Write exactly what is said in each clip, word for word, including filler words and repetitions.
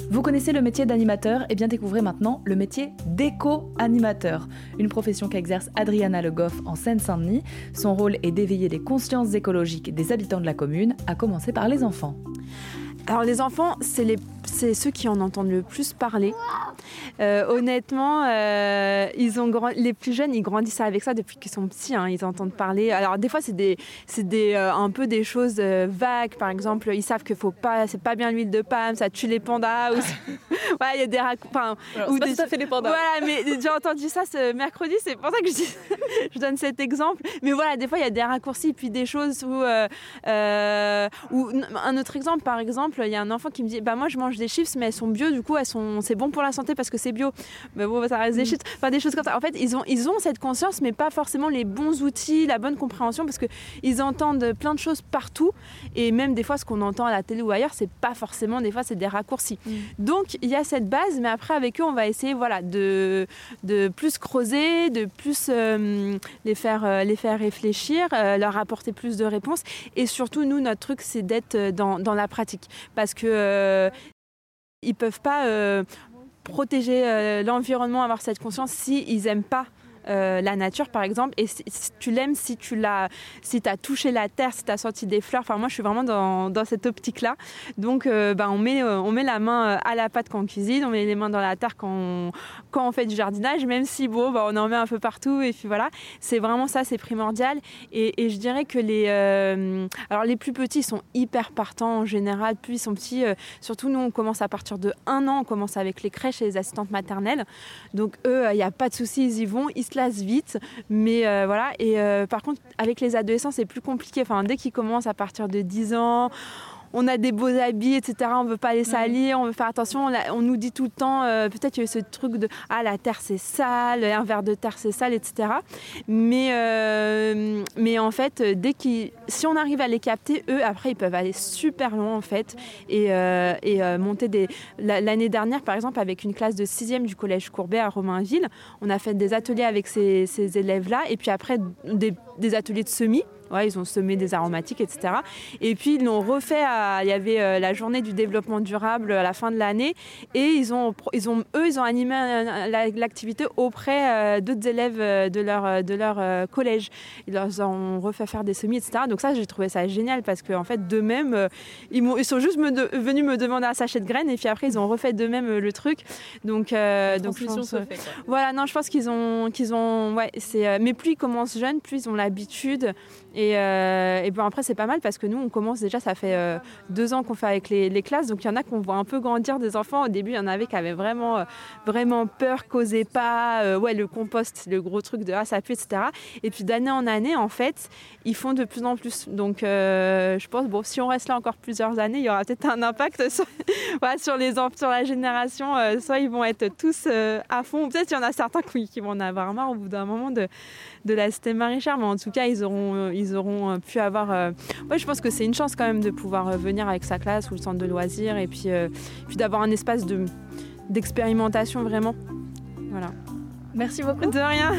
Vous connaissez le métier d'animateur ? Eh bien découvrez maintenant le métier d'éco-animateur, une profession qu'exerce Adriana Le Goff en Seine-Saint-Denis. Son rôle est d'éveiller les consciences écologiques des habitants de la commune, à commencer par les enfants. Alors les enfants, c'est, les, c'est ceux qui en entendent le plus parler. Euh, honnêtement, euh, ils ont grand... les plus jeunes, ils grandissent avec ça depuis qu'ils sont petits. Hein, ils entendent parler. Alors des fois, c'est, des, c'est des, euh, un peu des choses euh, vagues. Par exemple, ils savent que faut pas, c'est pas bien l'huile de palme, ça tue les pandas. Ou... ouais, il y a des raccourcis. Enfin, Alors, c'est pas des... tout à fait les pandas. Voilà, mais j'ai entendu ça ce mercredi. C'est pour ça que je, dis... je donne cet exemple. Mais voilà, des fois, il y a des raccourcis, puis des choses où, euh, euh, où un autre exemple, par exemple, il y a un enfant qui me dit, bah moi, je mange des chips, mais elles sont bio. Du coup, elles sont, c'est bon pour la santé parce que c'est bio. Mais bon, ça reste des chips. Enfin, des choses comme ça. En fait, ils ont, ils ont cette conscience, mais pas forcément les bons outils, la bonne compréhension, parce qu'ils entendent plein de choses partout. Et même des fois, ce qu'on entend à la télé ou ailleurs, c'est pas forcément, des fois, c'est des raccourcis. Mm. Donc, il y a cette base, mais après, avec eux, on va essayer voilà, de, de plus creuser, de plus euh, les, faire, euh, les faire réfléchir, euh, leur apporter plus de réponses. Et surtout, nous, notre truc, c'est d'être dans, dans la pratique. Parce que euh, ils peuvent pas euh, protéger euh, l'environnement, avoir cette conscience s'ils n'aiment pas euh, la nature, par exemple. Et si, si tu l'aimes, si tu l'as, si as touché la terre, si tu as senti des fleurs. Enfin, moi, je suis vraiment dans, dans cette optique-là. Donc, euh, bah, on, met, euh, on met la main à la pâte quand on cuisine, on met les mains dans la terre quand on, quand on fait du jardinage, même si, bon, bah, on en met un peu partout. Et puis voilà, c'est vraiment ça, c'est primordial. Et, et je dirais que les, euh, alors, les plus petits sont hyper partants en général. Plus ils sont petits, euh, surtout nous, on commence à partir de un an, on commence avec les crèches et les assistantes maternelles. Donc, eux, il n'y a pas de souci, ils y vont, ils se lassent vite. Mais euh, voilà, et euh, par contre, avec les adolescents, c'est plus compliqué. Enfin, dès qu'ils commencent à partir de dix ans, on a des beaux habits, et cetera. On ne veut pas les salir, on veut faire attention. On, a, on nous dit tout le temps, euh, peut-être qu'il y a eu ce truc de « Ah, la terre, c'est sale, un verre de terre, c'est sale, et cetera » Mais, euh, mais en fait, dès qu'ils, si on arrive à les capter, eux, après, ils peuvent aller super loin, en fait, et, euh, et euh, monter des... L'année dernière, par exemple, avec une classe de sixième du collège Courbet à Romainville, on a fait des ateliers avec ces, ces élèves-là, et puis après, des, des ateliers de semis. Ouais, ils ont semé des aromatiques, et cetera. Et puis, ils l'ont refait. À, il y avait euh, la journée du développement durable à la fin de l'année. Et ils ont, ils ont, eux, ils ont animé euh, l'activité auprès euh, d'autres élèves euh, de leur, de leur euh, collège. Ils leur ont refait faire des semis, et cetera. Donc ça, j'ai trouvé ça génial parce qu'en fait, d'eux-mêmes, euh, ils, ils sont juste me de, venus me demander un sachet de graines. Et puis après, ils ont refait d'eux-mêmes euh, le truc. Donc, euh, donc je pense, se fait, quoi. Voilà, non, je pense qu'ils ont... Qu'ils ont ouais, c'est, euh, mais plus ils commencent jeunes, plus ils ont l'habitude. Et, euh, et bon, après, c'est pas mal parce que nous, on commence déjà, ça fait euh, deux ans qu'on fait avec les, les classes. Donc, il y en a qu'on voit un peu grandir des enfants. Au début, il y en avait qui avaient vraiment, euh, vraiment peur, qu'osaient pas. Euh, ouais, le compost, le gros truc de ah, ça pue, et cetera. Et puis, d'année en année, en fait, ils font de plus en plus. Donc, euh, je pense, bon, si on reste là encore plusieurs années, il y aura peut-être un impact sur, ouais, sur, les, sur la génération. Euh, soit ils vont être tous euh, à fond. Peut-être qu'il y en a certains qui, qui vont en avoir marre au bout d'un moment de, de la cité maraîchère. Mais en tout cas, ils auront... Ils auront pu avoir... Euh... Ouais, je pense que c'est une chance quand même de pouvoir venir avec sa classe ou le centre de loisirs et puis, euh, puis d'avoir un espace de, d'expérimentation vraiment. Voilà. Merci beaucoup. De rien.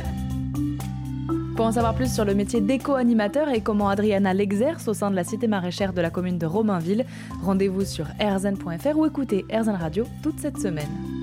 Pour en savoir plus sur le métier d'éco-animateur et comment Adriana l'exerce au sein de la cité maraîchère de la commune de Romainville, rendez-vous sur r z n point f r ou écoutez R Z N Radio toute cette semaine.